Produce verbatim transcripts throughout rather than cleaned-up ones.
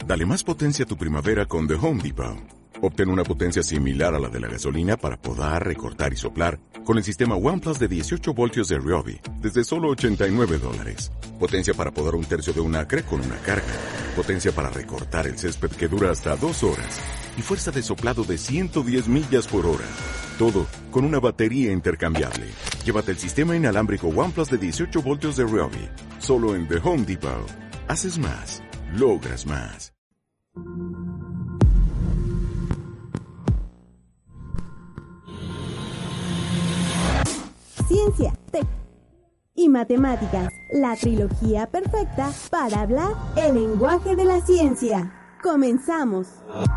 Dale más potencia a tu primavera con The Home Depot. Obtén una potencia similar a la de la gasolina para podar, recortar y soplar con el sistema OnePlus de dieciocho voltios de Ryobi desde solo ochenta y nueve dólares. Potencia para podar un tercio de un acre con una carga. Potencia para recortar el césped que dura hasta dos horas. Y fuerza de soplado de ciento diez millas por hora. Todo con una batería intercambiable. Llévate el sistema inalámbrico OnePlus de dieciocho voltios de Ryobi. Solo en The Home Depot. Haces más. Logras más. Ciencia, tech y matemáticas, la trilogía perfecta para hablar el lenguaje de la ciencia. ¡Comenzamos!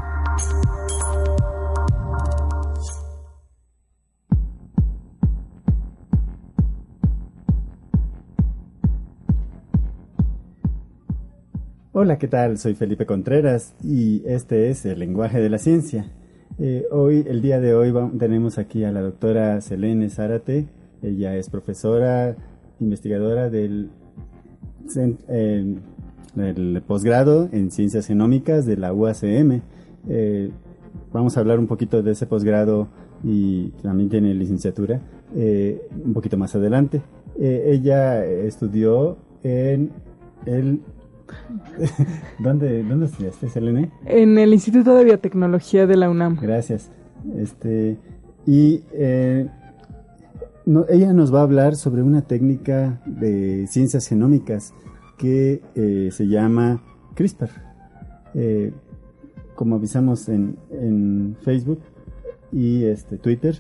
Hola, ¿qué tal? Soy Felipe Contreras y este es el lenguaje de la ciencia. Eh, hoy, el día de hoy, vamos, tenemos aquí a la doctora Selene Zárate. Ella es profesora, investigadora del, eh, del posgrado en Ciencias Genómicas de la U A C M. Eh, vamos a hablar un poquito de ese posgrado y también tiene licenciatura eh, un poquito más adelante. Eh, ella estudió en el... ¿Dónde, ¿Dónde estudiaste, Selene? En el Instituto de Biotecnología de la UNAM. Gracias. Este, y... Eh, No, ella nos va a hablar sobre una técnica de ciencias genómicas que eh, se llama CRISPR. Eh, como avisamos en, en Facebook y este Twitter,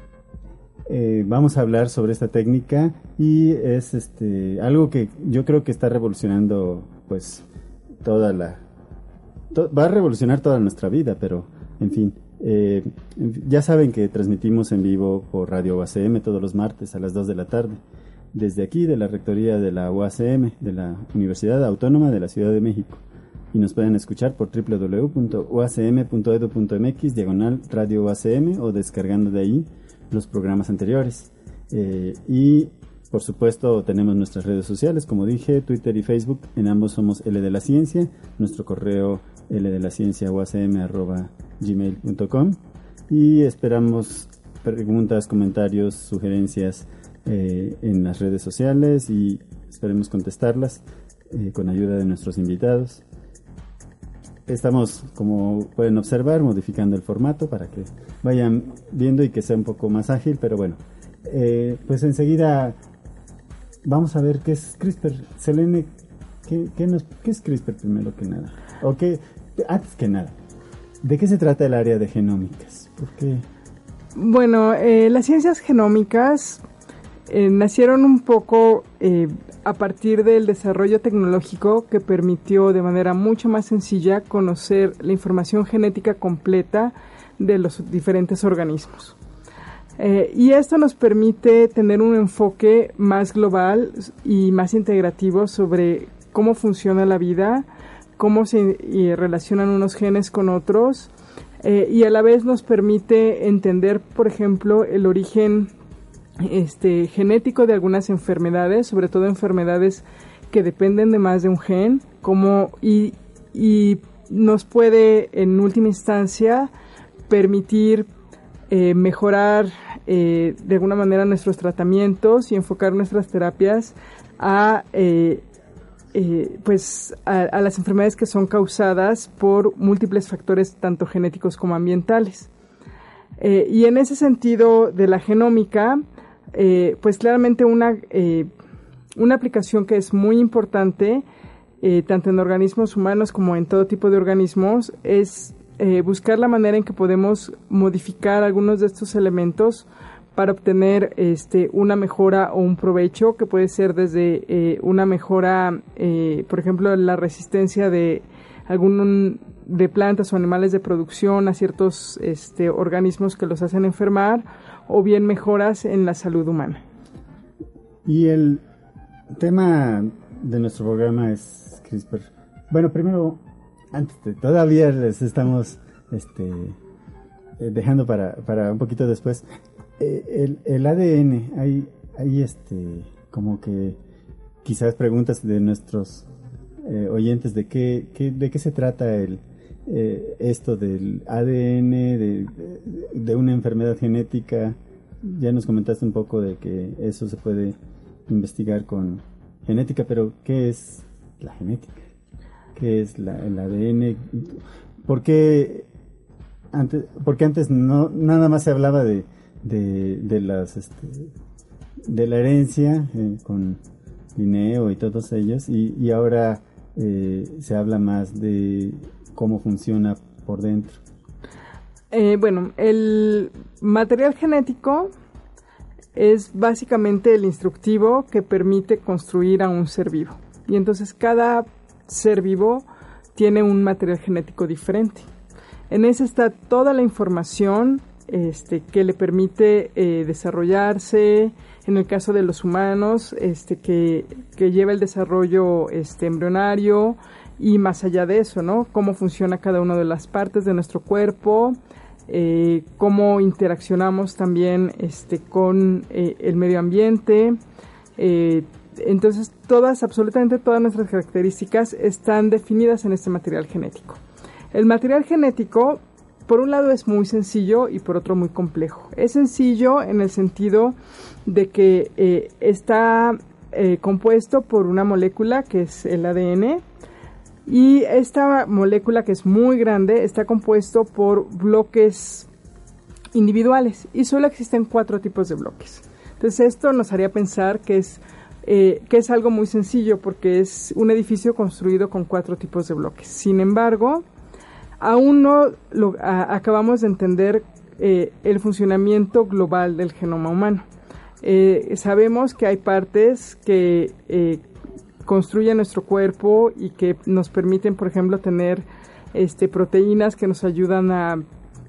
eh, vamos a hablar sobre esta técnica y es este algo que yo creo que está revolucionando, pues, toda la... To, va a revolucionar toda nuestra vida, pero, en fin... Eh, ya saben que transmitimos en vivo por Radio U A C M todos los martes a las dos de la tarde, desde aquí de la Rectoría de la U A C M, de la Universidad Autónoma de la Ciudad de México. Y nos pueden escuchar por doble u doble u doble u punto u a c m punto e d u punto m x diagonal Radio U A C M o descargando de ahí los programas anteriores. Eh, y por supuesto tenemos nuestras redes sociales, como dije, Twitter y Facebook. En ambos somos L de la Ciencia. Nuestro correo L de la Ciencia U A C M arroba gmail punto com y esperamos preguntas, comentarios, sugerencias eh, en las redes sociales y esperemos contestarlas eh, con ayuda de nuestros invitados. Estamos, como pueden observar, modificando el formato para que vayan viendo y que sea un poco más ágil, pero bueno, eh, pues enseguida vamos a ver qué es CRISPR. Selene, ¿qué, qué, nos, ¿qué es CRISPR primero que nada? ¿O qué, antes que nada? ¿De qué se trata el área de genómicas? ¿Por qué? Bueno, eh, las ciencias genómicas eh, nacieron un poco eh, a partir del desarrollo tecnológico que permitió de manera mucho más sencilla conocer la información genética completa de los diferentes organismos. Eh, y esto nos permite tener un enfoque más global y más integrativo sobre cómo funciona la vida, cómo se y relacionan unos genes con otros, eh, y a la vez nos permite entender, por ejemplo, el origen este, genético de algunas enfermedades, sobre todo enfermedades que dependen de más de un gen, como, y, y nos puede, en última instancia, permitir eh, mejorar eh, de alguna manera nuestros tratamientos y enfocar nuestras terapias a... Eh, Eh, pues a, a las enfermedades que son causadas por múltiples factores tanto genéticos como ambientales. Eh, y en ese sentido de la genómica, eh, pues claramente una, eh, una aplicación que es muy importante, eh, tanto en organismos humanos como en todo tipo de organismos, es eh, buscar la manera en que podemos modificar algunos de estos elementos para obtener este, una mejora o un provecho, que puede ser desde eh, una mejora, eh, por ejemplo, la resistencia de algún de plantas o animales de producción a ciertos este, organismos que los hacen enfermar, o bien mejoras en la salud humana. Y el tema de nuestro programa es CRISPR. Bueno, primero, antes de, todavía les estamos este, dejando para, para un poquito después. El, el A D N, hay, hay este, como que quizás preguntas de nuestros eh, oyentes de qué, qué, de qué se trata el, eh, esto del A D N, de, de una enfermedad genética. Ya nos comentaste un poco de que eso se puede investigar con genética, pero ¿qué es la genética? ¿Qué es la, el A D N? ¿Por qué antes, porque antes no nada más se hablaba de, de, de las este, de la herencia eh, con Linneo y todos ellos, y, y ahora eh, se habla más de cómo funciona por dentro? Eh, bueno, el material genético es básicamente el instructivo que permite construir a un ser vivo. Y entonces cada ser vivo tiene un material genético diferente. En ese está toda la información este, que le permite eh, desarrollarse. En el caso de los humanos, este, que, que lleva el desarrollo este, embrionario y más allá de eso, ¿no? Cómo funciona cada una de las partes de nuestro cuerpo. Eh, cómo interaccionamos también este, con eh, el medio ambiente. Eh, entonces, todas, absolutamente todas nuestras características están definidas en este material genético. El material genético, por un lado, es muy sencillo y por otro muy complejo. Es sencillo en el sentido de que eh, está eh, compuesto por una molécula que es el A D N. Y esta molécula, que es muy grande, está compuesto por bloques individuales y solo existen cuatro tipos de bloques. Entonces esto nos haría pensar que es, eh, que es algo muy sencillo porque es un edificio construido con cuatro tipos de bloques. Sin embargo, aún no lo, a, acabamos de entender eh, el funcionamiento global del genoma humano. Eh, sabemos que hay partes que eh, construyen nuestro cuerpo y que nos permiten, por ejemplo, tener este, proteínas que nos ayudan a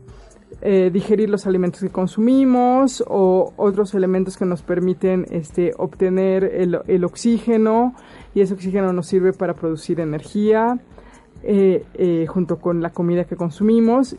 eh, digerir los alimentos que consumimos, o otros elementos que nos permiten este, obtener el, el oxígeno, y ese oxígeno nos sirve para producir energía eh, eh, junto con la comida que consumimos.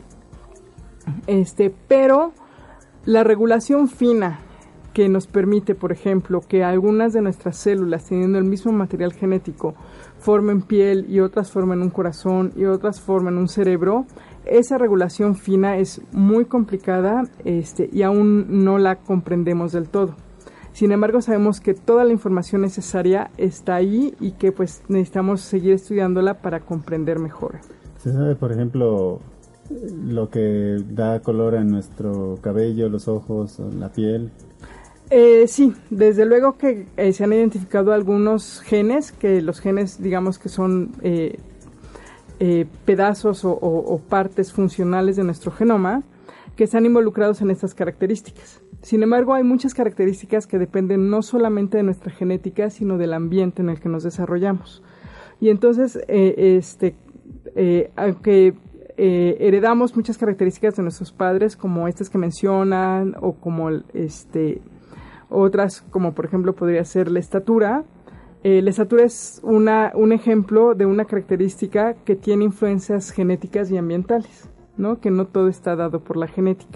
Este, pero la regulación fina que nos permite, por ejemplo, que algunas de nuestras células, teniendo el mismo material genético, formen piel y otras formen un corazón y otras formen un cerebro, esa regulación fina es muy complicada este, y aún no la comprendemos del todo. Sin embargo, sabemos que toda la información necesaria está ahí y que pues necesitamos seguir estudiándola para comprender mejor. ¿Se sabe, por ejemplo, lo que da color a nuestro cabello, los ojos, la piel? Eh, sí, desde luego que eh, se han identificado algunos genes, que los genes digamos que son eh, eh, pedazos o, o, o partes funcionales de nuestro genoma que están involucrados en estas características. Sin embargo, hay muchas características que dependen no solamente de nuestra genética, sino del ambiente en el que nos desarrollamos. Y entonces, eh, este, eh, aunque eh, heredamos muchas características de nuestros padres, como estas que mencionan, o como este... otras, como por ejemplo podría ser la estatura. Eh, la estatura es una, un ejemplo de una característica que tiene influencias genéticas y ambientales, ¿no? Que no todo está dado por la genética.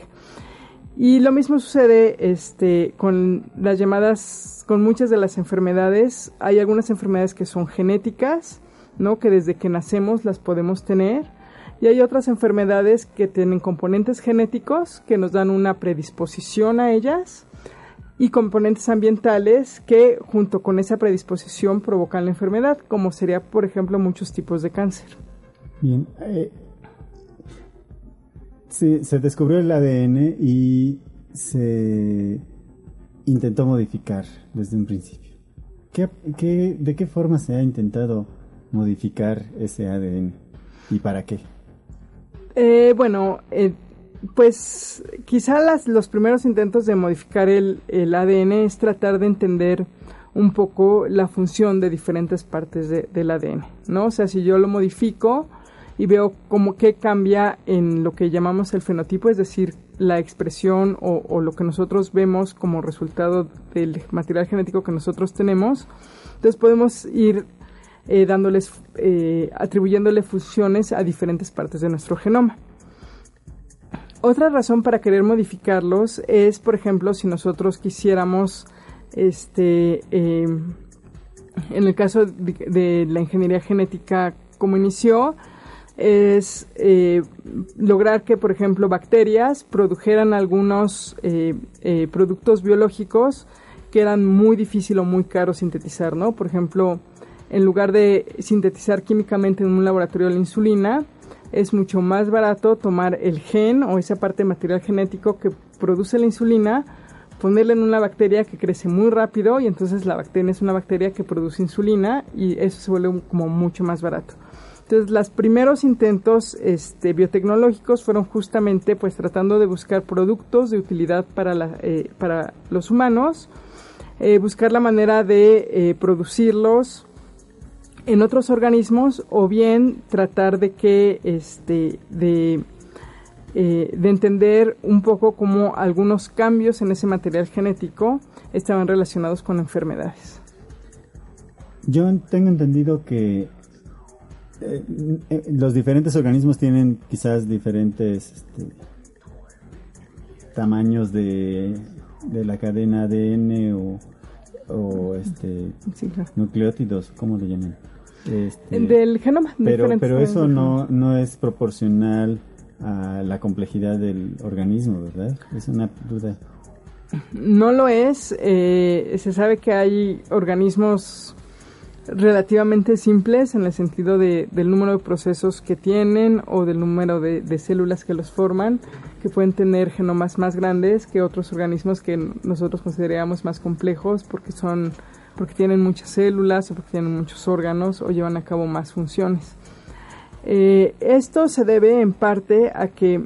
Y lo mismo sucede este, con las llamadas, con muchas de las enfermedades. Hay algunas enfermedades que son genéticas, ¿no? Que desde que nacemos las podemos tener. Y hay otras enfermedades que tienen componentes genéticos que nos dan una predisposición a ellas, y componentes ambientales que junto con esa predisposición provocan la enfermedad, como sería, por ejemplo, muchos tipos de cáncer. Bien, eh, se, se descubrió el A D N y se intentó modificar desde un principio. ¿Qué, qué, ¿De qué forma se ha intentado modificar ese A D N y para qué? Eh, bueno, eh, Pues quizá las, los primeros intentos de modificar el, el A D N es tratar de entender un poco la función de diferentes partes de, del A D N, ¿no? O sea, si yo lo modifico y veo como que cambia en lo que llamamos el fenotipo, es decir, la expresión o, o lo que nosotros vemos como resultado del material genético que nosotros tenemos, entonces podemos ir eh, dándoles, eh, atribuyéndole funciones a diferentes partes de nuestro genoma. Otra razón para querer modificarlos es, por ejemplo, si nosotros quisiéramos este, eh, en el caso de, de la ingeniería genética, como inició, es eh, lograr que, por ejemplo, bacterias produjeran algunos eh, eh, productos biológicos que eran muy difícil o muy caro sintetizar, ¿no? Por ejemplo, en lugar de sintetizar químicamente en un laboratorio la insulina, es mucho más barato tomar el gen o esa parte de material genético que produce la insulina, ponerla en una bacteria que crece muy rápido y entonces la bacteria es una bacteria que produce insulina y eso se vuelve como mucho más barato. Entonces, los primeros intentos este, biotecnológicos fueron justamente pues tratando de buscar productos de utilidad para, la, eh, para los humanos, eh, buscar la manera de eh, producirlos en otros organismos o bien tratar de que este de eh, de entender un poco cómo algunos cambios en ese material genético estaban relacionados con enfermedades. Yo tengo entendido que eh, eh, los diferentes organismos tienen quizás diferentes este, tamaños de, de la cadena A D N o, o este sí, claro. nucleótidos, ¿cómo le llaman? Este, del genoma. Pero, pero eso no, no es proporcional a la complejidad del organismo, ¿verdad? Es una duda. No lo es. Eh, se sabe que hay organismos relativamente simples en el sentido de, del número de procesos que tienen o del número de, de células que los forman, que pueden tener genomas más grandes que otros organismos que nosotros consideramos más complejos porque son porque tienen muchas células o porque tienen muchos órganos o llevan a cabo más funciones. Eh, esto se debe en parte a que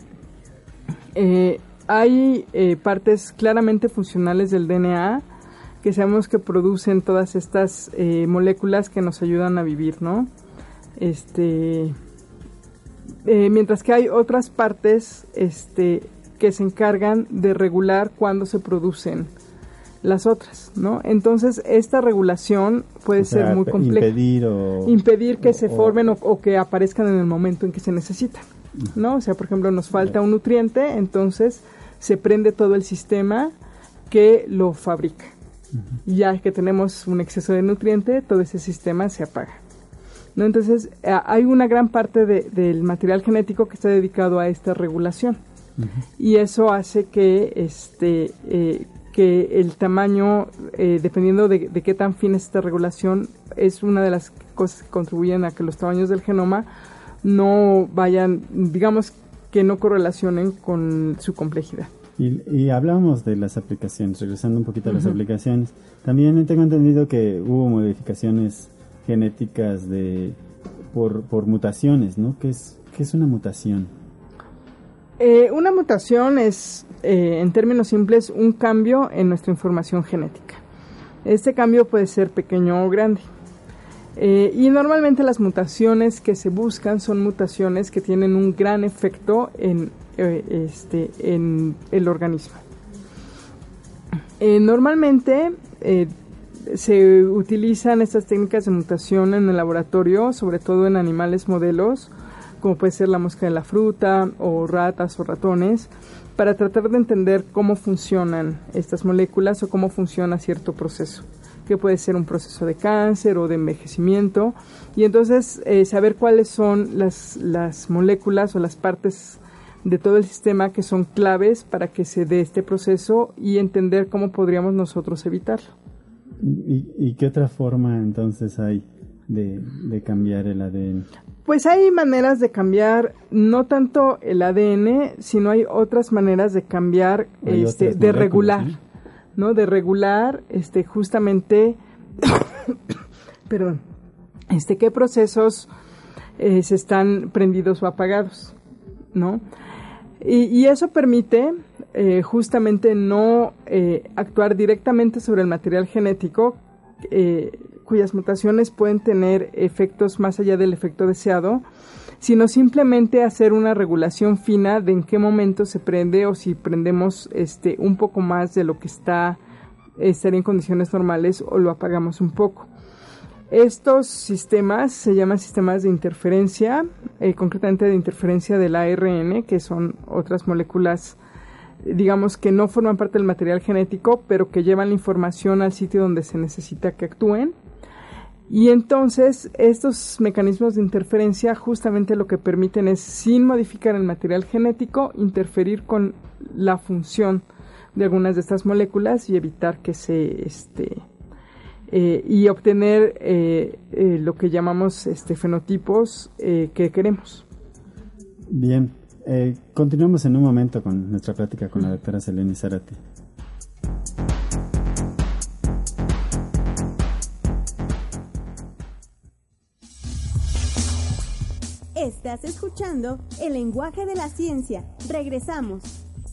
eh, hay eh, partes claramente funcionales del D N A que sabemos que producen todas estas eh, moléculas que nos ayudan a vivir, ¿no? Este, eh, mientras que hay otras partes este, que se encargan de regular cuándo se producen las otras, ¿no? Entonces, esta regulación puede o sea, ser muy compleja. Impedir o... Impedir que o, se formen o, o que aparezcan en el momento en que se necesitan, ¿no? O sea, por ejemplo, nos falta un nutriente, entonces se prende todo el sistema que lo fabrica. Uh-huh. Ya que tenemos un exceso de nutriente, todo ese sistema se apaga, ¿no? Entonces, hay una gran parte de, del material genético que está dedicado a esta regulación. Uh-huh. Y eso hace que este... Eh, que el tamaño, eh, dependiendo de, de qué tan fina es esta regulación, es una de las cosas que contribuyen a que los tamaños del genoma no vayan, digamos, que no correlacionen con su complejidad. Y, y hablamos de las aplicaciones, regresando un poquito a las uh-huh. aplicaciones. También tengo entendido que hubo modificaciones genéticas de por, por mutaciones, ¿no? ¿Qué es, qué es una mutación? Eh, una mutación es, eh, en términos simples, un cambio en nuestra información genética. Este cambio puede ser pequeño o grande. Eh, y normalmente las mutaciones que se buscan son mutaciones que tienen un gran efecto en, eh, este, en el organismo. Eh, normalmente eh, se utilizan estas técnicas de mutación en el laboratorio, sobre todo en animales modelos, como puede ser la mosca de la fruta o ratas o ratones, para tratar de entender cómo funcionan estas moléculas o cómo funciona cierto proceso, que puede ser un proceso de cáncer o de envejecimiento, y entonces eh, saber cuáles son las, las moléculas o las partes de todo el sistema que son claves para que se dé este proceso y entender cómo podríamos nosotros evitarlo. ¿Y, y qué otra forma entonces hay de, de cambiar el A D N? Pues hay maneras de cambiar no tanto el A D N, sino hay otras maneras de cambiar, este, de regular, ¿sí? ¿no? De regular, este, justamente, perdón, este, qué procesos eh, se están prendidos o apagados, ¿no? Y, y eso permite eh, justamente no eh, actuar directamente sobre el material genético, eh, cuyas mutaciones pueden tener efectos más allá del efecto deseado, sino simplemente hacer una regulación fina de en qué momento se prende o si prendemos este un poco más de lo que está estaría en condiciones normales o lo apagamos un poco. Estos sistemas se llaman sistemas de interferencia, eh, concretamente de interferencia del A R N, que son otras moléculas, digamos, que no forman parte del material genético, pero que llevan la información al sitio donde se necesita que actúen. Y entonces estos mecanismos de interferencia justamente lo que permiten es, sin modificar el material genético, interferir con la función de algunas de estas moléculas y evitar que se este eh, y obtener eh, eh, lo que llamamos este fenotipos eh, que queremos. Bien, eh, continuamos en un momento con nuestra plática con la doctora Selene Zárate. Estás escuchando El Lenguaje de la Ciencia. Regresamos.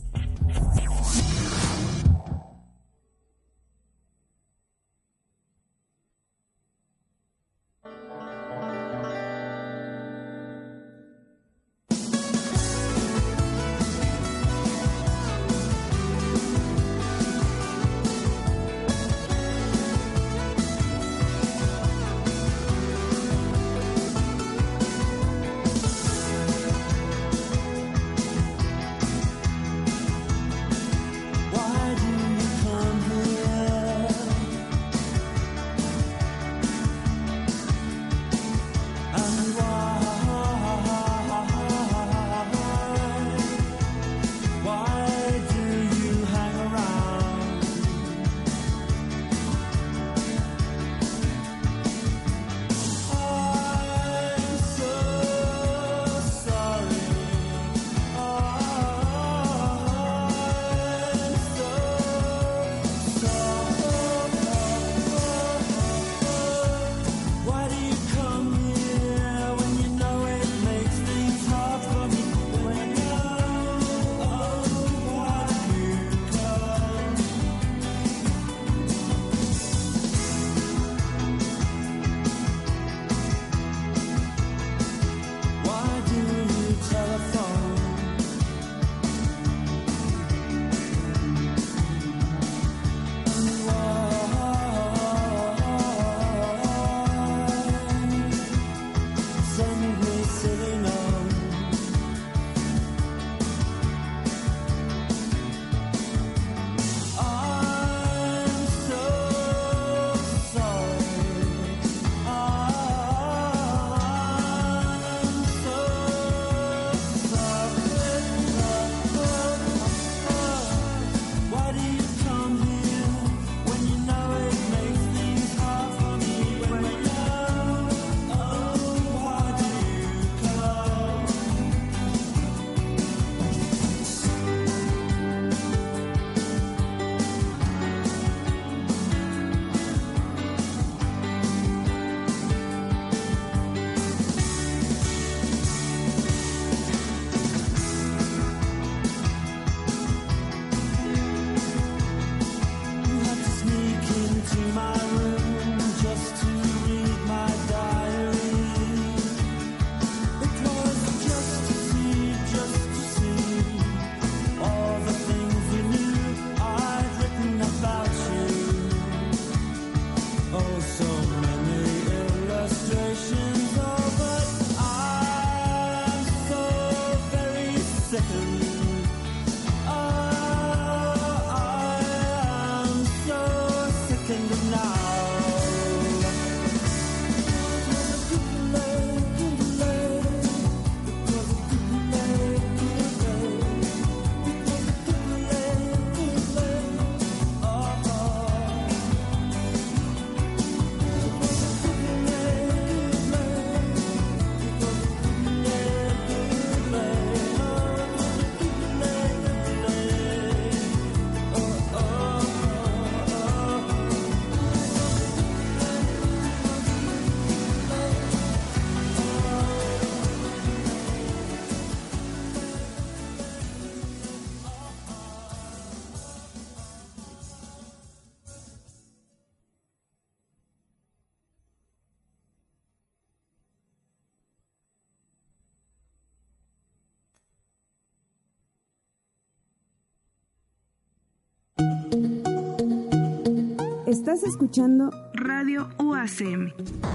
Estás escuchando Radio U A C M.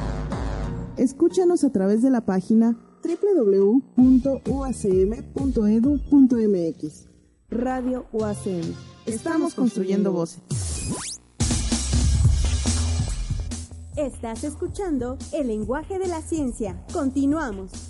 Escúchanos a través de la página doble u doble u doble u punto u a c m punto e d u punto m x. Radio U A C M. Estamos construyendo voces. Estás escuchando El Lenguaje de la Ciencia. Continuamos.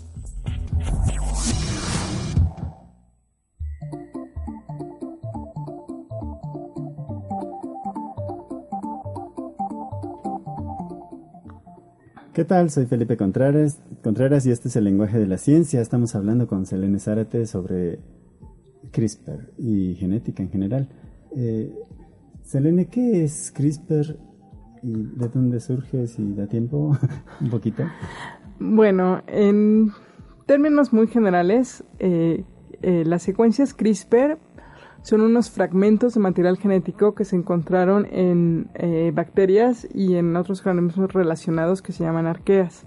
¿Qué tal? Soy Felipe Contreras, Contreras y este es El Lenguaje de la Ciencia. Estamos hablando con Selene Zárate sobre CRISPR y genética en general. Eh, Selene, ¿qué es CRISPR y de dónde surge? Si da tiempo, un poquito. Bueno, en términos muy generales, eh, eh, las secuencias CRISPR son unos fragmentos de material genético que se encontraron en eh, bacterias y en otros organismos relacionados que se llaman arqueas.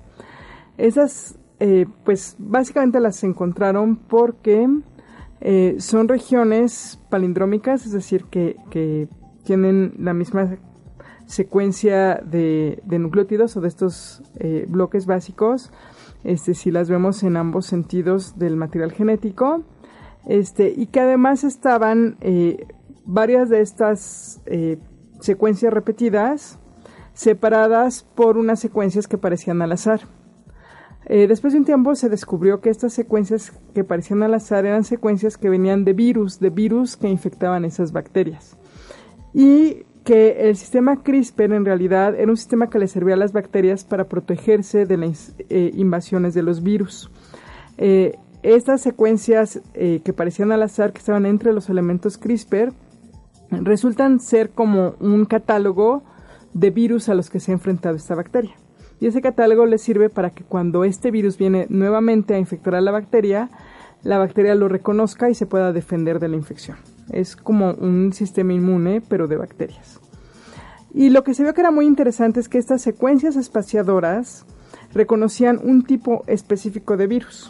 Esas, eh, pues básicamente las encontraron porque eh, son regiones palindrómicas, es decir, que, que tienen la misma secuencia de, de nucleótidos o de estos eh, bloques básicos, este, si las vemos en ambos sentidos del material genético. Este, y que además estaban eh, varias de estas eh, secuencias repetidas separadas por unas secuencias que parecían al azar. Eh, después de un tiempo se descubrió que estas secuencias que parecían al azar eran secuencias que venían de virus, de virus que infectaban esas bacterias. Y que el sistema CRISPR en realidad era un sistema que le servía a las bacterias para protegerse de las eh, invasiones de los virus. Eh, Estas secuencias eh, que parecían al azar, que estaban entre los elementos CRISPR, resultan ser como un catálogo de virus a los que se ha enfrentado esta bacteria. Y ese catálogo les sirve para que cuando este virus viene nuevamente a infectar a la bacteria, la bacteria lo reconozca y se pueda defender de la infección. Es como un sistema inmune, pero de bacterias. Y lo que se vio que era muy interesante es que estas secuencias espaciadoras reconocían un tipo específico de virus.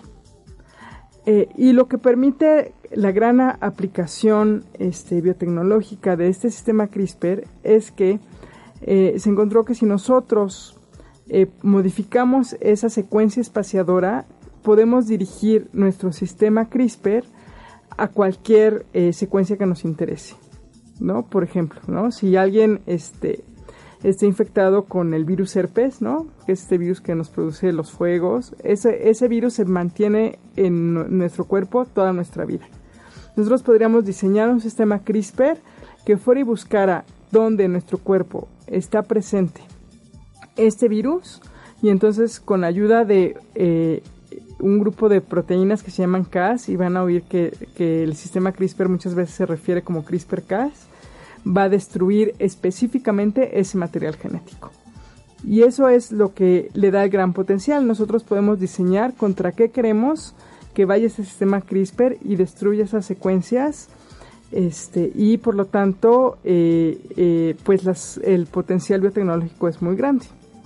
Eh, y lo que permite la gran aplicación este, biotecnológica de este sistema CRISPR es que eh, se encontró que si nosotros eh, modificamos esa secuencia espaciadora, podemos dirigir nuestro sistema CRISPR a cualquier eh, secuencia que nos interese, ¿no? Por ejemplo, ¿no? Si alguien este, está infectado con el virus herpes, ¿no? Que es este virus que nos produce los fuegos, ese, ese virus se mantiene en nuestro cuerpo toda nuestra vida. Nosotros podríamos diseñar un sistema CRISPR que fuera y buscara dónde en nuestro cuerpo está presente este virus, y entonces con ayuda de eh, un grupo de proteínas que se llaman Cas, y van a oír que, que el sistema CRISPR muchas veces se refiere como CRISPR-Cas, va a destruir específicamente ese material genético. Y eso es lo que le da el gran potencial. Nosotros podemos diseñar contra qué queremos que vaya ese sistema CRISPR y destruya esas secuencias, este, y por lo tanto eh, eh, pues las, el potencial biotecnológico es muy grande,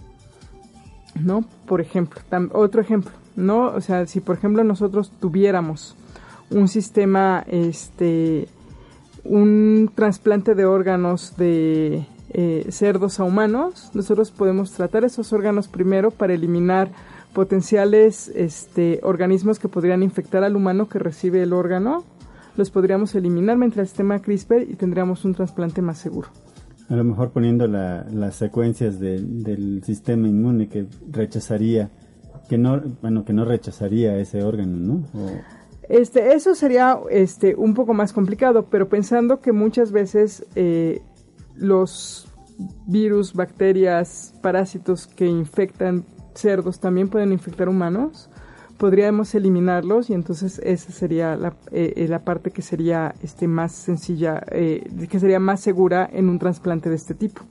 ¿no? Por ejemplo, tam, otro ejemplo, ¿no? O sea, si por ejemplo nosotros tuviéramos un sistema este un trasplante de órganos de eh, cerdos a humanos, nosotros podemos tratar esos órganos primero para eliminar potenciales este, organismos que podrían infectar al humano que recibe el órgano. Los podríamos eliminar mediante el sistema CRISPR y tendríamos un trasplante más seguro. A lo mejor poniendo la, las secuencias de, del sistema inmune que rechazaría, que no, bueno, que no rechazaría ese órgano, ¿no? O... Este, eso sería este, un poco más complicado, pero pensando que muchas veces eh, los virus, bacterias, parásitos que infectan cerdos también pueden infectar humanos, podríamos eliminarlos y entonces esa sería la, eh, la parte que sería este, más sencilla, eh, que sería más segura en un trasplante de este tipo.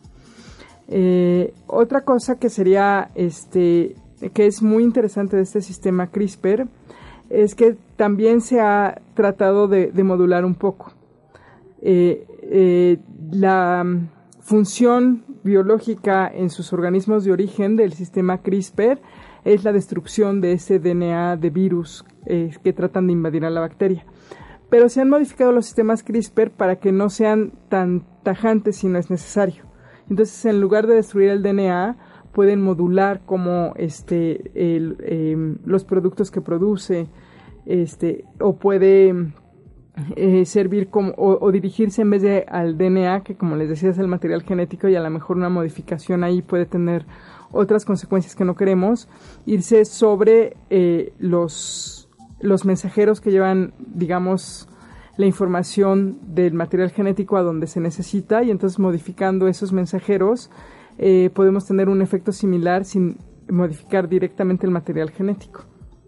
Eh, otra cosa que sería, este, que es muy interesante de este sistema CRISPR, es que también se ha tratado de, de modular un poco. Eh, eh, la función biológica en sus organismos de origen del sistema CRISPR es la destrucción de ese D N A de virus eh, que tratan de invadir a la bacteria. Pero se han modificado los sistemas CRISPR para que no sean tan tajantes si no es necesario. Entonces, en lugar de destruir el D N A, pueden modular como este el, eh, los productos que produce, este o puede eh, servir como, o, o dirigirse en vez de al D N A, que como les decía es el material genético y a lo mejor una modificación ahí puede tener otras consecuencias que no queremos, irse sobre eh, los, los mensajeros que llevan, digamos, la información del material genético a donde se necesita, y entonces modificando esos mensajeros eh, podemos tener un efecto similar sin modificar directamente el material genético.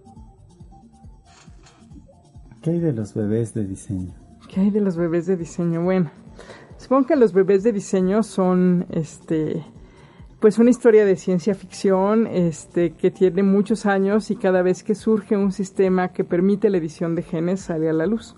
¿Qué hay de los bebés de diseño? ¿Qué hay de los bebés de diseño? Bueno, supongo que los bebés de diseño son, este, pues una historia de ciencia ficción, este, que tiene muchos años y cada vez que surge un sistema que permite la edición de genes sale a la luz.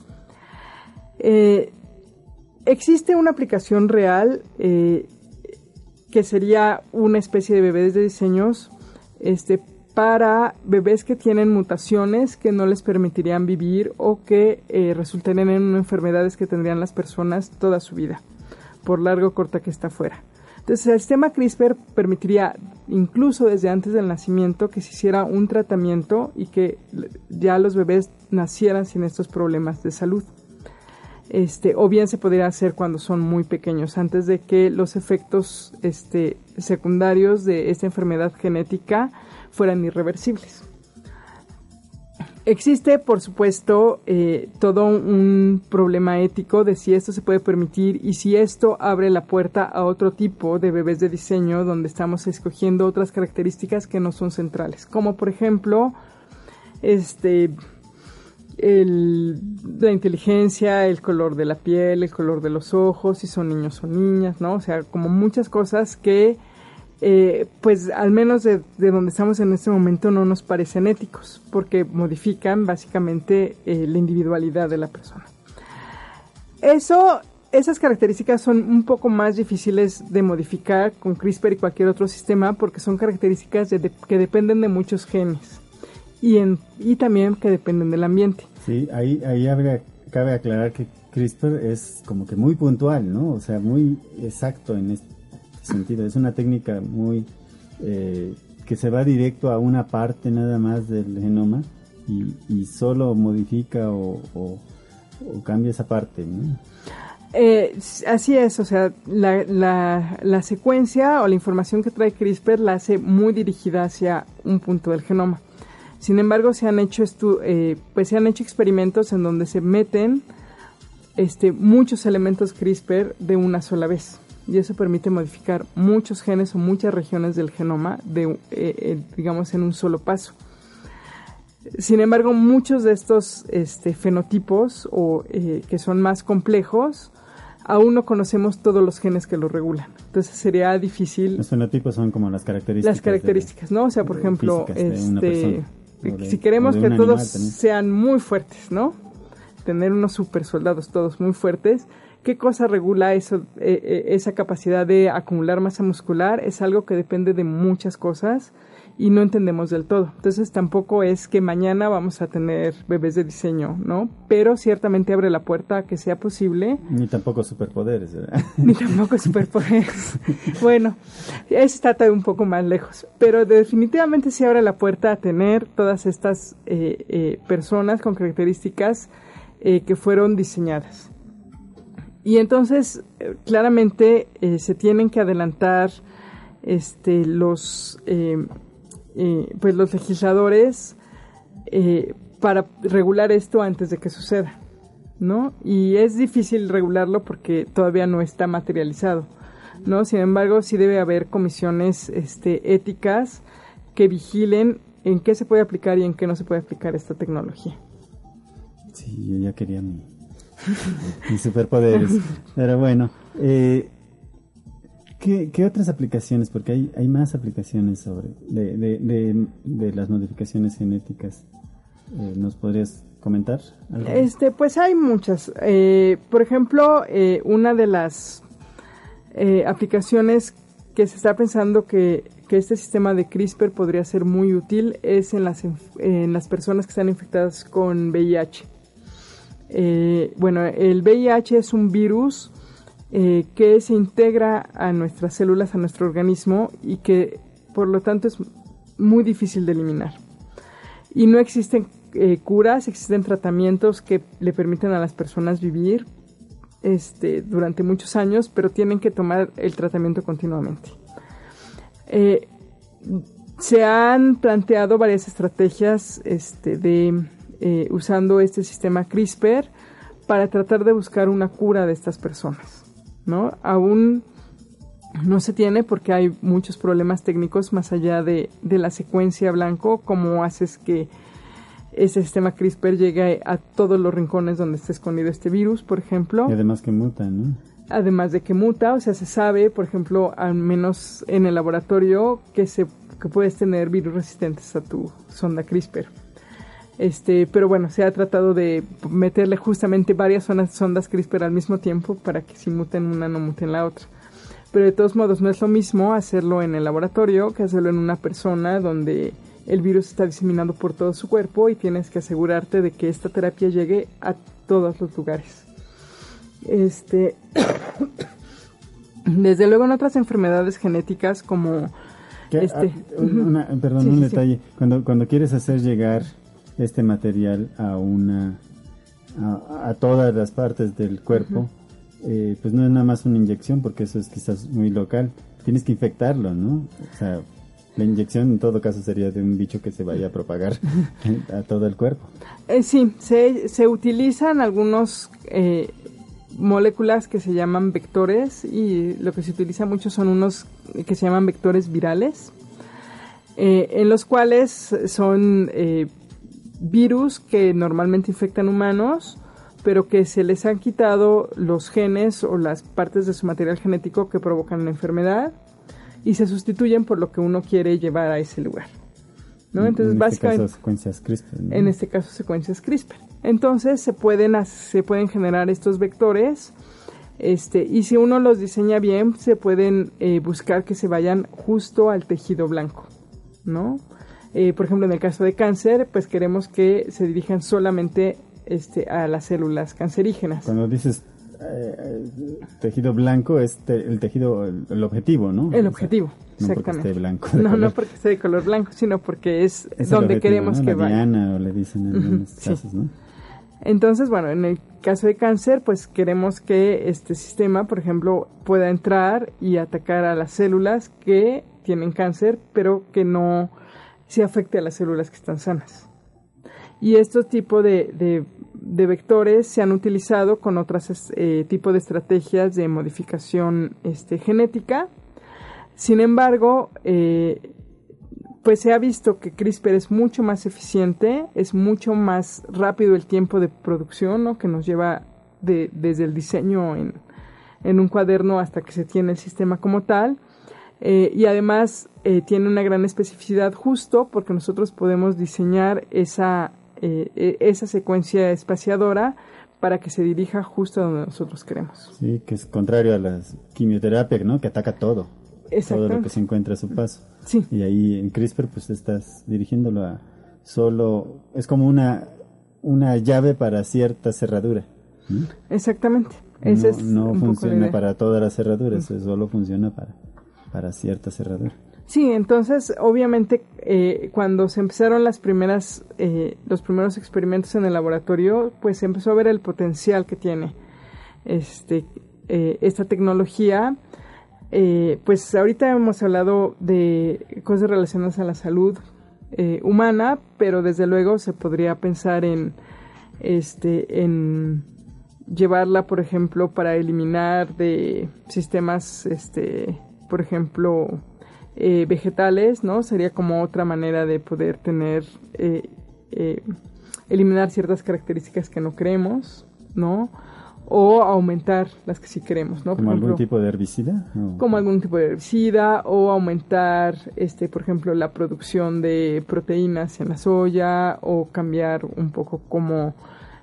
Eh, existe una aplicación real eh, que sería una especie de bebés de diseños, este, para bebés que tienen mutaciones que no les permitirían vivir o que eh, resultarían en enfermedades que tendrían las personas toda su vida, por largo o corta que está fuera. Entonces, el sistema CRISPR permitiría, incluso desde antes del nacimiento, que se hiciera un tratamiento y que ya los bebés nacieran sin estos problemas de salud. Este, o bien se podría hacer cuando son muy pequeños, antes de que los efectos este, secundarios de esta enfermedad genética fueran irreversibles. Existe, por supuesto, eh, todo un problema ético de si esto se puede permitir y si esto abre la puerta a otro tipo de bebés de diseño donde estamos escogiendo otras características que no son centrales, como por ejemplo este, el, la inteligencia, el color de la piel, el color de los ojos, si son niños o niñas, ¿no? O sea, como muchas cosas que Eh, pues al menos de, de donde estamos en este momento no nos parecen éticos, porque modifican básicamente eh, la individualidad de la persona. Eso, esas características son un poco más difíciles de modificar con CRISPR y cualquier otro sistema, porque son características de, de, que dependen de muchos genes y, en, y también que dependen del ambiente. Sí, ahí, ahí habría, cabe aclarar que CRISPR es como que muy puntual, ¿no? O sea, muy exacto en este sentido. Es una técnica muy eh, que se va directo a una parte nada más del genoma y, y solo modifica o, o, o cambia esa parte, ¿no? Eh, así es, o sea, la, la, la secuencia o la información que trae CRISPR la hace muy dirigida hacia un punto del genoma. Sin embargo, se han hecho estu- eh, pues se han hecho experimentos en donde se meten este, muchos elementos CRISPR de una sola vez. Y eso permite modificar muchos genes o muchas regiones del genoma, de, eh, eh, digamos, en un solo paso. Sin embargo, muchos de estos este, fenotipos, o eh, que son más complejos, aún no conocemos todos los genes que los regulan. Entonces sería difícil. Los fenotipos son como las características. Las características, de, ¿no? O sea, por ejemplo, este, de, si queremos que todos sean muy fuertes, ¿no? Tener unos super soldados todos muy fuertes. ¿Qué cosa regula eso, eh, esa capacidad de acumular masa muscular? Es algo que depende de muchas cosas y no entendemos del todo. Entonces tampoco es que mañana vamos a tener bebés de diseño, ¿no? Pero ciertamente abre la puerta a que sea posible. Ni tampoco superpoderes, ¿verdad? Ni tampoco superpoderes. Bueno, eso está un poco más lejos. Pero definitivamente sí abre la puerta a tener todas estas eh, eh, personas con características eh, que fueron diseñadas. Y entonces, eh, claramente, eh, se tienen que adelantar este, los, eh, eh, pues los legisladores eh, para regular esto antes de que suceda, ¿no? Y es difícil regularlo porque todavía no está materializado, ¿no? Sin embargo, sí debe haber comisiones este, éticas que vigilen en qué se puede aplicar y en qué no se puede aplicar esta tecnología. Sí, yo ya quería mi... y superpoderes, pero bueno, eh, ¿qué, ¿qué otras aplicaciones? Porque hay, hay más aplicaciones sobre de, de, de, de las modificaciones genéticas. Eh, ¿Nos podrías comentar algo? Este, pues hay muchas. Eh, por ejemplo, eh, una de las eh, aplicaciones que se está pensando que, que este sistema de CRISPR podría ser muy útil es en las, en las personas que están infectadas con V I H. Eh, bueno, el V I H es un virus eh, que se integra a nuestras células, a nuestro organismo y que por lo tanto es muy difícil de eliminar. Y no existen eh, curas, existen tratamientos que le permiten a las personas vivir este, durante muchos años, pero tienen que tomar el tratamiento continuamente. Eh, se han planteado varias estrategias este, de eh, usando este sistema CRISPR para tratar de buscar una cura de estas personas, ¿no? Aún no se tiene porque hay muchos problemas técnicos más allá de, de la secuencia blanco, cómo haces que ese sistema CRISPR llegue a todos los rincones donde está escondido este virus, por ejemplo. Y además que muta, ¿no? Además de que muta, o sea, se sabe, por ejemplo, al menos en el laboratorio, que se que puedes tener virus resistentes a tu sonda CRISPR. Este, pero bueno, se ha tratado de meterle justamente varias zonas, sondas CRISPR al mismo tiempo para que si muten una no muten la otra. Pero de todos modos no es lo mismo hacerlo en el laboratorio que hacerlo en una persona donde el virus está diseminado por todo su cuerpo y tienes que asegurarte de que esta terapia llegue a todos los lugares. Este, desde luego en otras enfermedades genéticas como este, ah, una, perdón, sí, un sí, detalle. Sí. Cuando cuando quieres hacer llegar este material a una a, a todas las partes del cuerpo, uh-huh. eh, pues no es nada más una inyección, porque eso es quizás muy local. Tienes que infectarlo, ¿no? O sea, la inyección en todo caso sería de un bicho que se vaya a propagar a todo el cuerpo. Eh, sí, se, se utilizan algunos eh, moléculas que se llaman vectores, y lo que se utiliza mucho son unos que se llaman vectores virales, eh, en los cuales son eh, virus que normalmente infectan humanos, pero que se les han quitado los genes o las partes de su material genético que provocan la enfermedad y se sustituyen por lo que uno quiere llevar a ese lugar, ¿no? Entonces, en básicamente, este caso, secuencias CRISPR, ¿no? En este caso, secuencias CRISPR. Entonces, se pueden, se pueden generar estos vectores, este, y si uno los diseña bien, se pueden eh, buscar que se vayan justo al tejido blanco, ¿no? Eh, por ejemplo, en el caso de cáncer, pues queremos que se dirijan solamente este, a las células cancerígenas. Cuando dices eh, tejido blanco, es te, el tejido, el, el objetivo, ¿no? El objetivo, o sea, no exactamente. Porque esté blanco. No, color. no porque esté de color blanco, sino porque es, es donde objetivo, queremos ¿no? que La vaya. diana, o le dicen en algunos Sí. casos, ¿no? Entonces, bueno, en el caso de cáncer, pues queremos que este sistema, por ejemplo, pueda entrar y atacar a las células que tienen cáncer, pero que no se afecte a las células que están sanas. Y estos tipos de, de, de vectores se han utilizado con otros eh, tipos de estrategias de modificación este, genética. Sin embargo, eh, pues se ha visto que CRISPR es mucho más eficiente, es mucho más rápido el tiempo de producción, ¿no? Que nos lleva de, desde el diseño en, en un cuaderno hasta que se tiene el sistema como tal. Eh, y además eh, tiene una gran especificidad justo porque nosotros podemos diseñar esa, eh, esa secuencia espaciadora para que se dirija justo a donde nosotros queremos. Sí, que es contrario a la quimioterapia, ¿no? Que ataca todo. Todo lo que se encuentra a su paso. Sí. Y ahí en CRISPR pues estás dirigiéndolo a solo, es como una una llave para cierta cerradura. ¿Mm? Exactamente. No, Ese es no un funciona poco para todas las cerraduras, uh-huh. Solo funciona para, para cierta cerradura. Sí, entonces obviamente eh, cuando se empezaron las primeras eh, los primeros experimentos en el laboratorio, pues se empezó a ver el potencial que tiene este eh, esta tecnología. Eh, pues ahorita hemos hablado de cosas relacionadas a la salud eh, humana, pero desde luego se podría pensar en este en llevarla, por ejemplo, para eliminar de sistemas, este, por ejemplo, eh, vegetales, ¿no? Sería como otra manera de poder tener eh, eh, eliminar ciertas características que no queremos, ¿no? O aumentar las que sí queremos, ¿no? ¿Como por algún ejemplo, tipo de herbicida? ¿O? Como algún tipo de herbicida, o aumentar, este, por ejemplo, la producción de proteínas en la soya, o cambiar un poco cómo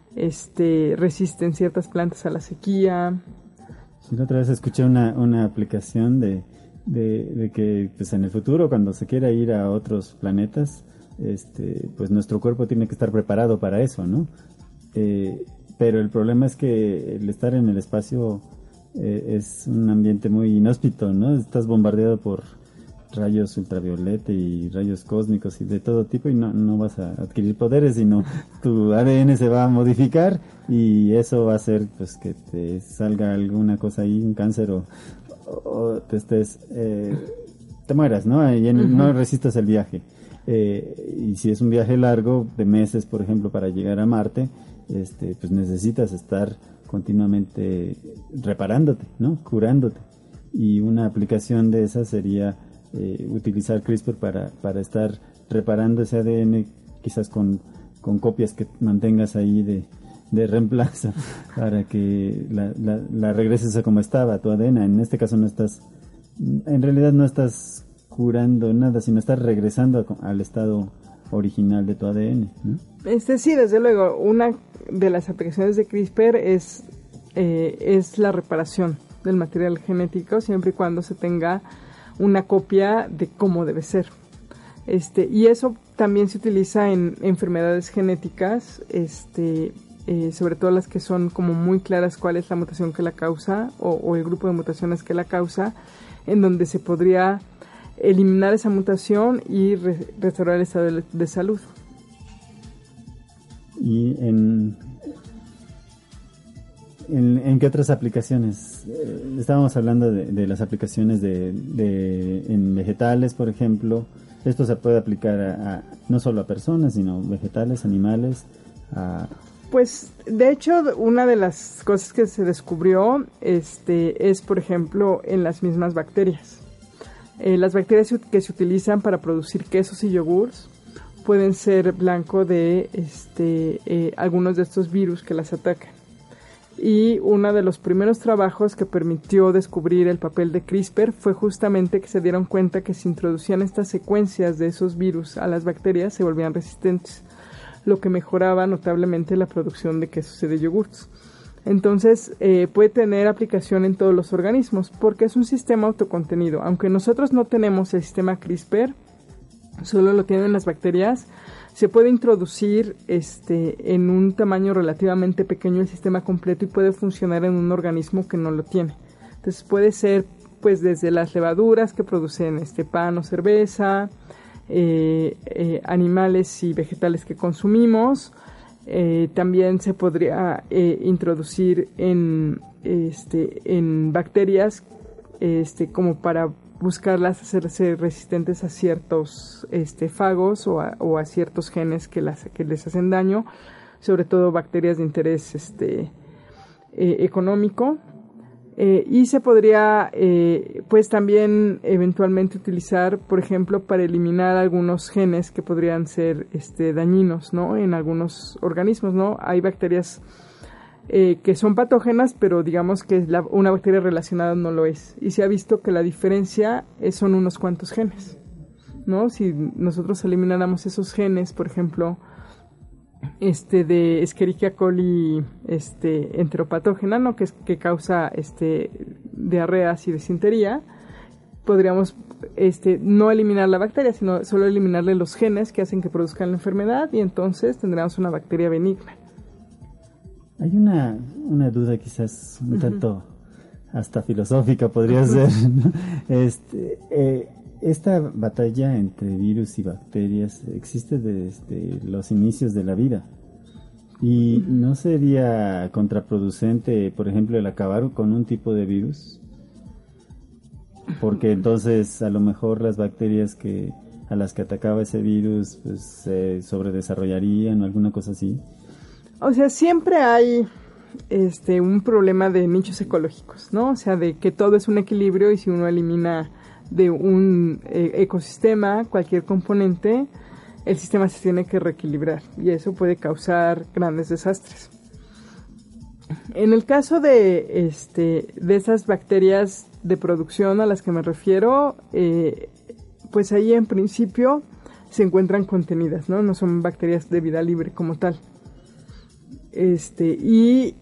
este, resisten ciertas plantas a la sequía. Sí, la otra vez escuché una, una aplicación de, de, de que pues en el futuro, cuando se quiera ir a otros planetas, este, pues nuestro cuerpo tiene que estar preparado para eso, ¿no? Eh, Pero el problema es que el estar en el espacio eh, es un ambiente muy inhóspito, ¿no? Estás bombardeado por rayos ultravioleta y rayos cósmicos y de todo tipo, y no, no vas a adquirir poderes, sino tu A D N se va a modificar y eso va a hacer pues que te salga alguna cosa ahí, un cáncer o, o te estés eh, te mueras, ¿no? Y en, uh-huh. no resistas el viaje. Eh, y si es un viaje largo de meses, por ejemplo, para llegar a Marte, este pues necesitas estar continuamente reparándote, ¿no? Curándote. Y una aplicación de esa sería Eh, utilizar CRISPR para, para estar reparando ese A D N, quizás con, con copias que mantengas ahí de, de reemplazo, para que la, la, la regreses a como estaba tu A D N. En este caso no estás, en realidad no estás curando nada, sino estás regresando a, al estado original de tu A D N, ¿no? Este sí, desde luego, una de las aplicaciones de CRISPR es, eh, es la reparación del material genético, siempre y cuando se tenga una copia de cómo debe ser. Este, y eso también se utiliza en enfermedades genéticas, este, eh, sobre todo las que son como muy claras cuál es la mutación que la causa o, o el grupo de mutaciones que la causa, en donde se podría eliminar esa mutación y re restaurar el estado de, de salud. Y en, en, ¿en qué otras aplicaciones? Eh, estábamos hablando de, de las aplicaciones de, de en vegetales, por ejemplo. Esto se puede aplicar a, a no solo a personas, sino vegetales, animales. A... Pues, de hecho, una de las cosas que se descubrió este, es, por ejemplo, en las mismas bacterias. Eh, las bacterias que se utilizan para producir quesos y yogures pueden ser blanco de este, eh, algunos de estos virus que las atacan. Y uno de los primeros trabajos que permitió descubrir el papel de CRISPR fue justamente que se dieron cuenta que si introducían estas secuencias de esos virus a las bacterias se volvían resistentes, lo que mejoraba notablemente la producción de quesos y de yogurts. Entonces eh, puede tener aplicación en todos los organismos porque es un sistema autocontenido. Aunque nosotros no tenemos el sistema CRISPR, solo lo tienen las bacterias, se puede introducir este, en un tamaño relativamente pequeño el sistema completo y puede funcionar en un organismo que no lo tiene. Entonces puede ser pues desde las levaduras que producen este pan o cerveza, eh, eh, animales y vegetales que consumimos. Eh, también se podría eh, introducir en, este, en bacterias este, como para buscarlas hacerse resistentes a ciertos este, fagos o a, o a ciertos genes que, las, que les hacen daño, sobre todo bacterias de interés este, eh, económico. Eh, y se podría eh, pues también eventualmente utilizar, por ejemplo, para eliminar algunos genes que podrían ser este, dañinos, ¿no? En algunos organismos, ¿no? Hay bacterias eh, que son patógenas, pero digamos que la, una bacteria relacionada no lo es. Y se ha visto que la diferencia es, son unos cuantos genes, ¿no? Si nosotros elimináramos esos genes, por ejemplo, este de Escherichia coli este enteropatógena, ¿no? que, es, que causa este diarreas y disentería, podríamos este no eliminar la bacteria, sino solo eliminarle los genes que hacen que produzcan la enfermedad y entonces tendríamos una bacteria benigna. Hay una, una duda quizás un uh-huh. tanto hasta filosófica podría uh-huh. ser, ¿no? Este, eh, esta batalla entre virus y bacterias existe desde los inicios de la vida. ¿Y no sería contraproducente, por ejemplo, el acabar con un tipo de virus? Porque entonces a lo mejor las bacterias que a las que atacaba ese virus pues se sobredesarrollarían o alguna cosa así. O sea, siempre hay este un problema de nichos ecológicos, ¿no? O sea, de que todo es un equilibrio y si uno elimina de un eh, ecosistema, cualquier componente, el sistema se tiene que reequilibrar y eso puede causar grandes desastres. En el caso de, este, de esas bacterias de producción a las que me refiero, eh, pues ahí en principio se encuentran contenidas, ¿no? No son bacterias de vida libre como tal. Este, y,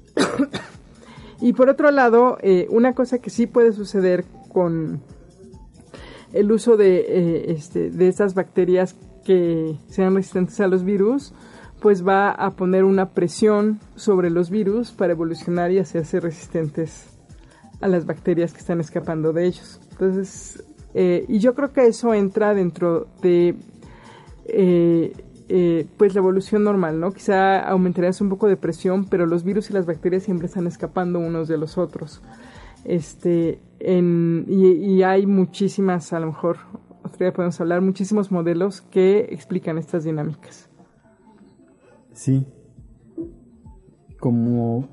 y por otro lado, eh, una cosa que sí puede suceder con el uso de, eh, este, de estas bacterias que sean resistentes a los virus, pues va a poner una presión sobre los virus para evolucionar y hacerse resistentes a las bacterias que están escapando de ellos. Entonces, Eh, y yo creo que eso entra dentro de eh, eh, pues la evolución normal, ¿no? Quizá aumentarías un poco de presión, pero los virus y las bacterias siempre están escapando unos de los otros. Este, en, y, y hay muchísimas, a lo mejor, otro día podemos hablar, muchísimos modelos que explican estas dinámicas. Sí. Como,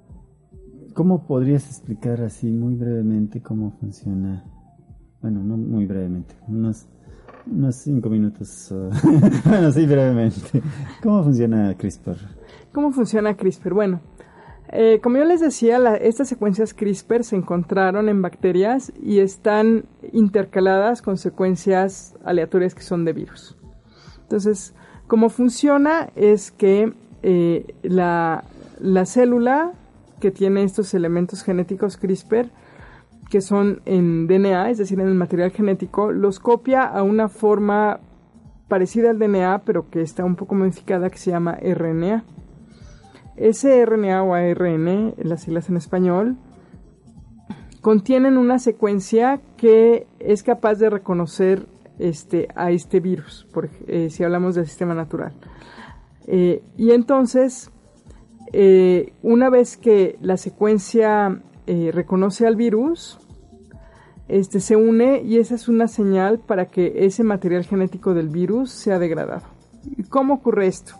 ¿cómo podrías explicar así muy brevemente cómo funciona? Bueno, no muy brevemente, unos, unos cinco minutos. Uh, bueno, sí, brevemente. ¿Cómo funciona CRISPR? ¿Cómo funciona CRISPR? Bueno, eh, como yo les decía, la, estas secuencias CRISPR se encontraron en bacterias y están intercaladas con secuencias aleatorias que son de virus. Entonces, cómo funciona es que eh, la, la célula que tiene estos elementos genéticos CRISPR, que son en D N A, es decir, en el material genético, los copia a una forma parecida al D N A, pero que está un poco modificada, que se llama R N A. Ese R N A o A R N, las siglas en español, contienen una secuencia que es capaz de reconocer este, a este virus, por, eh, si hablamos del sistema natural. Eh, y entonces, eh, una vez que la secuencia eh, reconoce al virus, este, se une y esa es una señal para que ese material genético del virus sea degradado. ¿Cómo ocurre esto?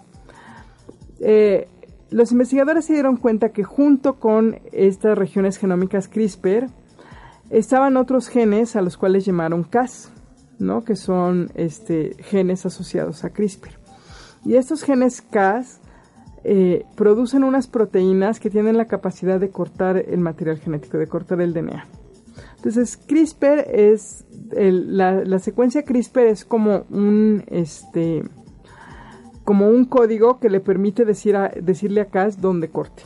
Eh, los investigadores se dieron cuenta que junto con estas regiones genómicas CRISPR estaban otros genes a los cuales llamaron Cas, ¿no? Que son este, genes asociados a CRISPR. Y estos genes Cas eh, producen unas proteínas que tienen la capacidad de cortar el material genético, de cortar el D N A. Entonces, CRISPR es, el, la, la secuencia CRISPR es como un, este, como un código que le permite decir a, decirle a Cas dónde corte.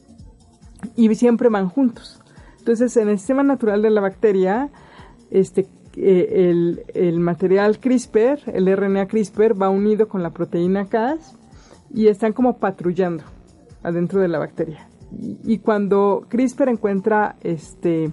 Y siempre van juntos. Entonces, en el sistema natural de la bacteria, este, eh, el, el material CRISPR, el R N A CRISPR, va unido con la proteína Cas y están como patrullando adentro de la bacteria. Y, y cuando CRISPR encuentra este,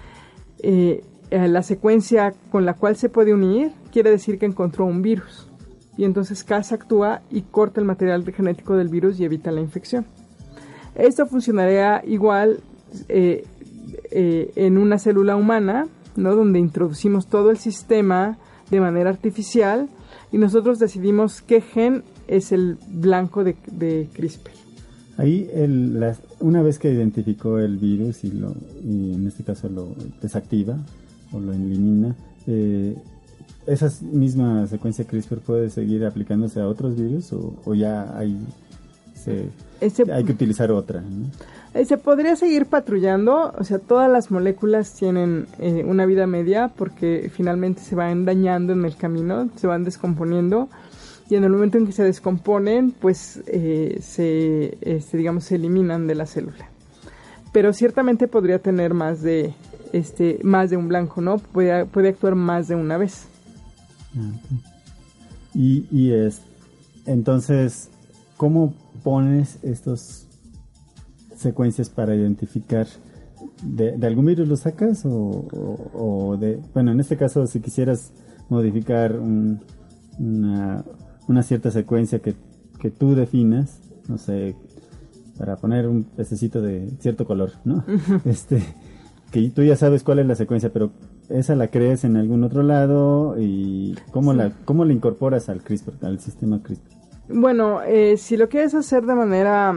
eh, la secuencia con la cual se puede unir, quiere decir que encontró un virus. Y entonces Cas actúa y corta el material genético del virus y evita la infección. Esto funcionaría igual eh, eh, en una célula humana, ¿no? Donde introducimos todo el sistema de manera artificial y nosotros decidimos qué gen es el blanco de, de CRISPR. Ahí, el, la, una vez que identificó el virus y, lo, y en este caso lo desactiva o lo elimina, eh, ¿esa misma secuencia CRISPR puede seguir aplicándose a otros virus o, o ya hay, se, Ese, hay que utilizar otra, ¿no? Se podría seguir patrullando, o sea, todas las moléculas tienen eh, una vida media porque finalmente se van dañando en el camino, se van descomponiendo y en el momento en que se descomponen, pues eh, se, este, digamos, se eliminan de la célula. Pero ciertamente podría tener más de, este, más de un blanco, ¿no? Puede, puede actuar más de una vez. Okay. Y, y es, entonces, ¿cómo pones estos secuencias para identificar de, de algún virus? ¿Lo sacas o, o, o de, bueno, en este caso si quisieras modificar un, una, una cierta secuencia que, que tú definas, no sé, para poner un pececito de cierto color, ¿no? Uh-huh. Este, que tú ya sabes cuál es la secuencia, pero esa la crees en algún otro lado y cómo sí. la cómo la incorporas al CRISPR, al sistema CRISPR. Bueno, eh, si lo quieres hacer de manera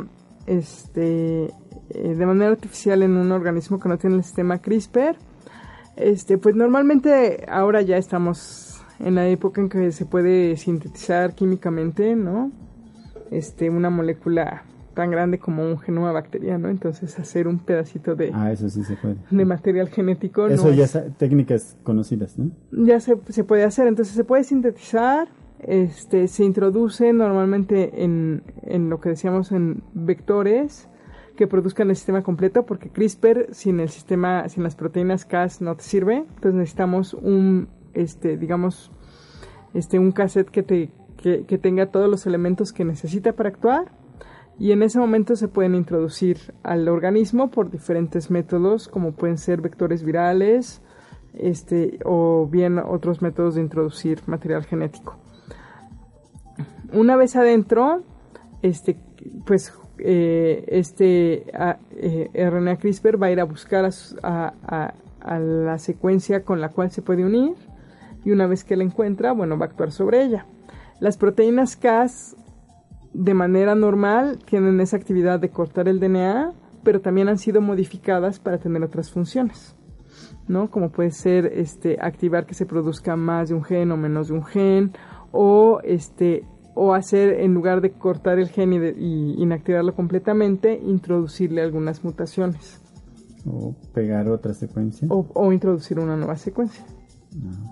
este eh, de manera artificial en un organismo que no tiene el sistema CRISPR, este pues normalmente ahora ya estamos en la época en que se puede sintetizar químicamente, ¿no? Este una molécula tan grande como un genoma bacteriano, entonces hacer un pedacito de ah, eso sí se puede. de material genético. Eso no ya es, es técnicas conocidas, ¿no? Ya se, se puede hacer, entonces se puede sintetizar. Este, se introduce normalmente en, en lo que decíamos en vectores que produzcan el sistema completo, porque CRISPR sin el sistema, sin las proteínas Cas no te sirve, entonces necesitamos un, este, digamos, este, un cassette que te, que, que tenga todos los elementos que necesita para actuar, y en ese momento se pueden introducir al organismo por diferentes métodos, como pueden ser vectores virales, este, o bien otros métodos de introducir material genético. Una vez adentro, este, pues eh, este a, eh, R N A CRISPR va a ir a buscar a, a, a, a la secuencia con la cual se puede unir, y una vez que la encuentra, bueno, va a actuar sobre ella. Las proteínas Cas, de manera normal, tienen esa actividad de cortar el D N A, pero también han sido modificadas para tener otras funciones, ¿no? Como puede ser este, activar que se produzca más de un gen o menos de un gen, o este o hacer, en lugar de cortar el gen y, de, y inactivarlo completamente, introducirle algunas mutaciones. O pegar otra secuencia. O, o introducir una nueva secuencia. Ah.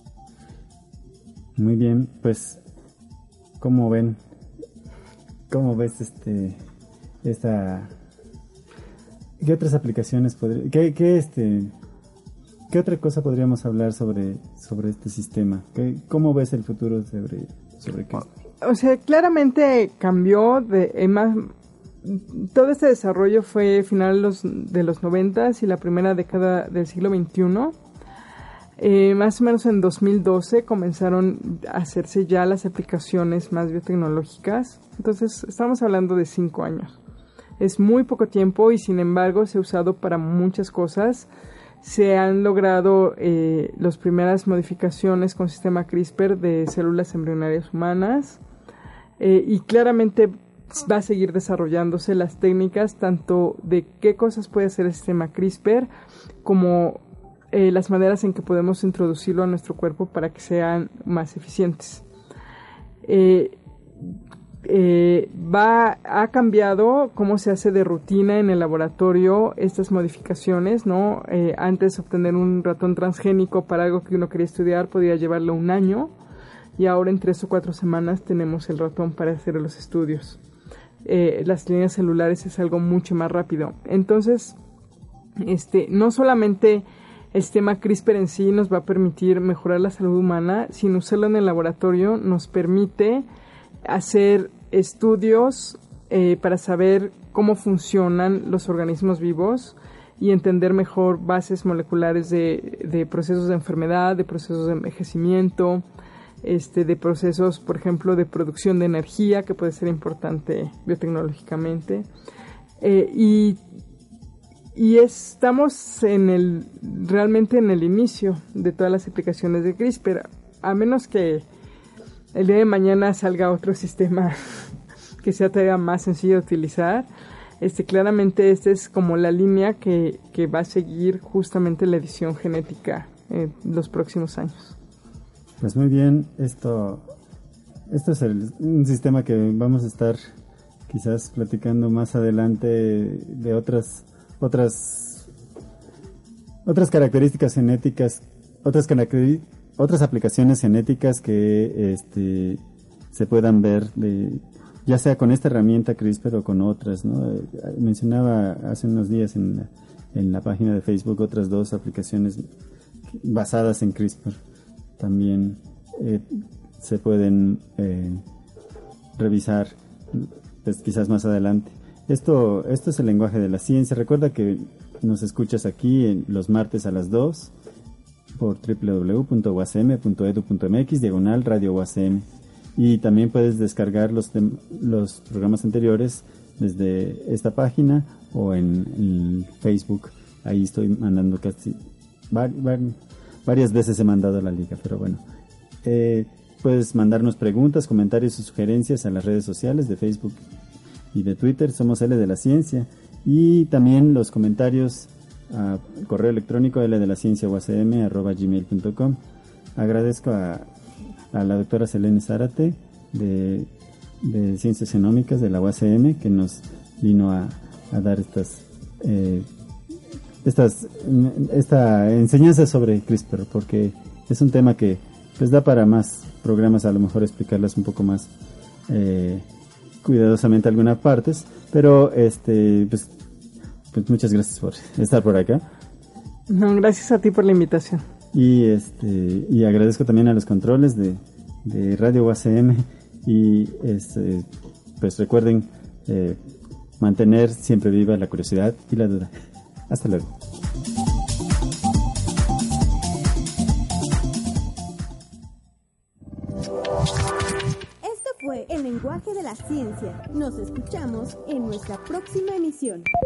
Muy bien, pues, ¿cómo ven? ¿Cómo ves este esta qué otras aplicaciones podría, qué, qué este qué otra cosa podríamos hablar sobre sobre este sistema? ¿Qué, ¿Cómo ves el futuro sobre sobre qué? O sea, claramente cambió de eh, más. Todo este desarrollo fue final los, de los noventas y la primera década del siglo veintiuno. Eh, más o menos en dos mil doce comenzaron a hacerse ya las aplicaciones más biotecnológicas. Entonces estamos hablando de cinco años. Es muy poco tiempo y sin embargo se ha usado para muchas cosas. Se han logrado eh, las primeras modificaciones con sistema CRISPR de células embrionarias humanas, eh, y claramente va a seguir desarrollándose las técnicas tanto de qué cosas puede hacer el sistema CRISPR como eh, las maneras en que podemos introducirlo a nuestro cuerpo para que sean más eficientes. Eh, Eh, va ha cambiado cómo se hace de rutina en el laboratorio estas modificaciones, ¿no? Eh, antes obtener un ratón transgénico para algo que uno quería estudiar podía llevarlo un año, y ahora en tres o cuatro semanas tenemos el ratón para hacer los estudios. Eh, las líneas celulares es algo mucho más rápido. Entonces, este, no solamente el sistema CRISPR en sí nos va a permitir mejorar la salud humana, sino usarlo en el laboratorio nos permite hacer estudios eh, para saber cómo funcionan los organismos vivos y entender mejor bases moleculares de, de procesos de enfermedad, de procesos de envejecimiento, este, de procesos, por ejemplo, de producción de energía, que puede ser importante biotecnológicamente. Eh, y, y estamos en el, realmente en el inicio de todas las aplicaciones de CRISPR, a menos que el día de mañana salga otro sistema que sea todavía más sencillo de utilizar. Este, claramente esta es como la línea que, que va a seguir justamente la edición genética en los próximos años. Pues muy bien, esto, esto es el, un sistema que vamos a estar quizás platicando más adelante de otras, otras, otras características genéticas, otras características otras aplicaciones genéticas que este se puedan ver, de ya sea con esta herramienta CRISPR o con otras, ¿no? Eh, mencionaba hace unos días en la, en la página de Facebook otras dos aplicaciones basadas en CRISPR. También eh, se pueden eh, revisar, pues, quizás más adelante. Esto, esto es el lenguaje de la ciencia. Recuerda que nos escuchas aquí en los martes a las dos por doble u doble u doble u punto u a c m punto e d u punto m x diagonal radio U A C M, y también puedes descargar los, de, los programas anteriores desde esta página o en, en Facebook. Ahí estoy mandando casi var, var, varias veces he mandado la liga, pero bueno, eh, puedes mandarnos preguntas, comentarios y sugerencias a las redes sociales de Facebook y de Twitter. Somos L de la Ciencia, y también los comentarios a correo electrónico l de la ciencia u a c m arroba gmail punto com. Agradezco a, a la doctora Selene Zárate de, de Ciencias Genómicas de la U A C M, que nos vino a, a dar estas eh, estas esta enseñanza sobre CRISPR, porque es un tema que pues da para más programas, a lo mejor explicarlas un poco más eh, cuidadosamente algunas partes, pero este pues Pues muchas gracias por estar por acá. No, gracias a ti por la invitación. Y este y agradezco también a los controles de, de Radio U A C M, y este pues recuerden eh, mantener siempre viva la curiosidad y la duda. Hasta luego. lenguaje de la ciencia. Nos escuchamos en nuestra próxima emisión.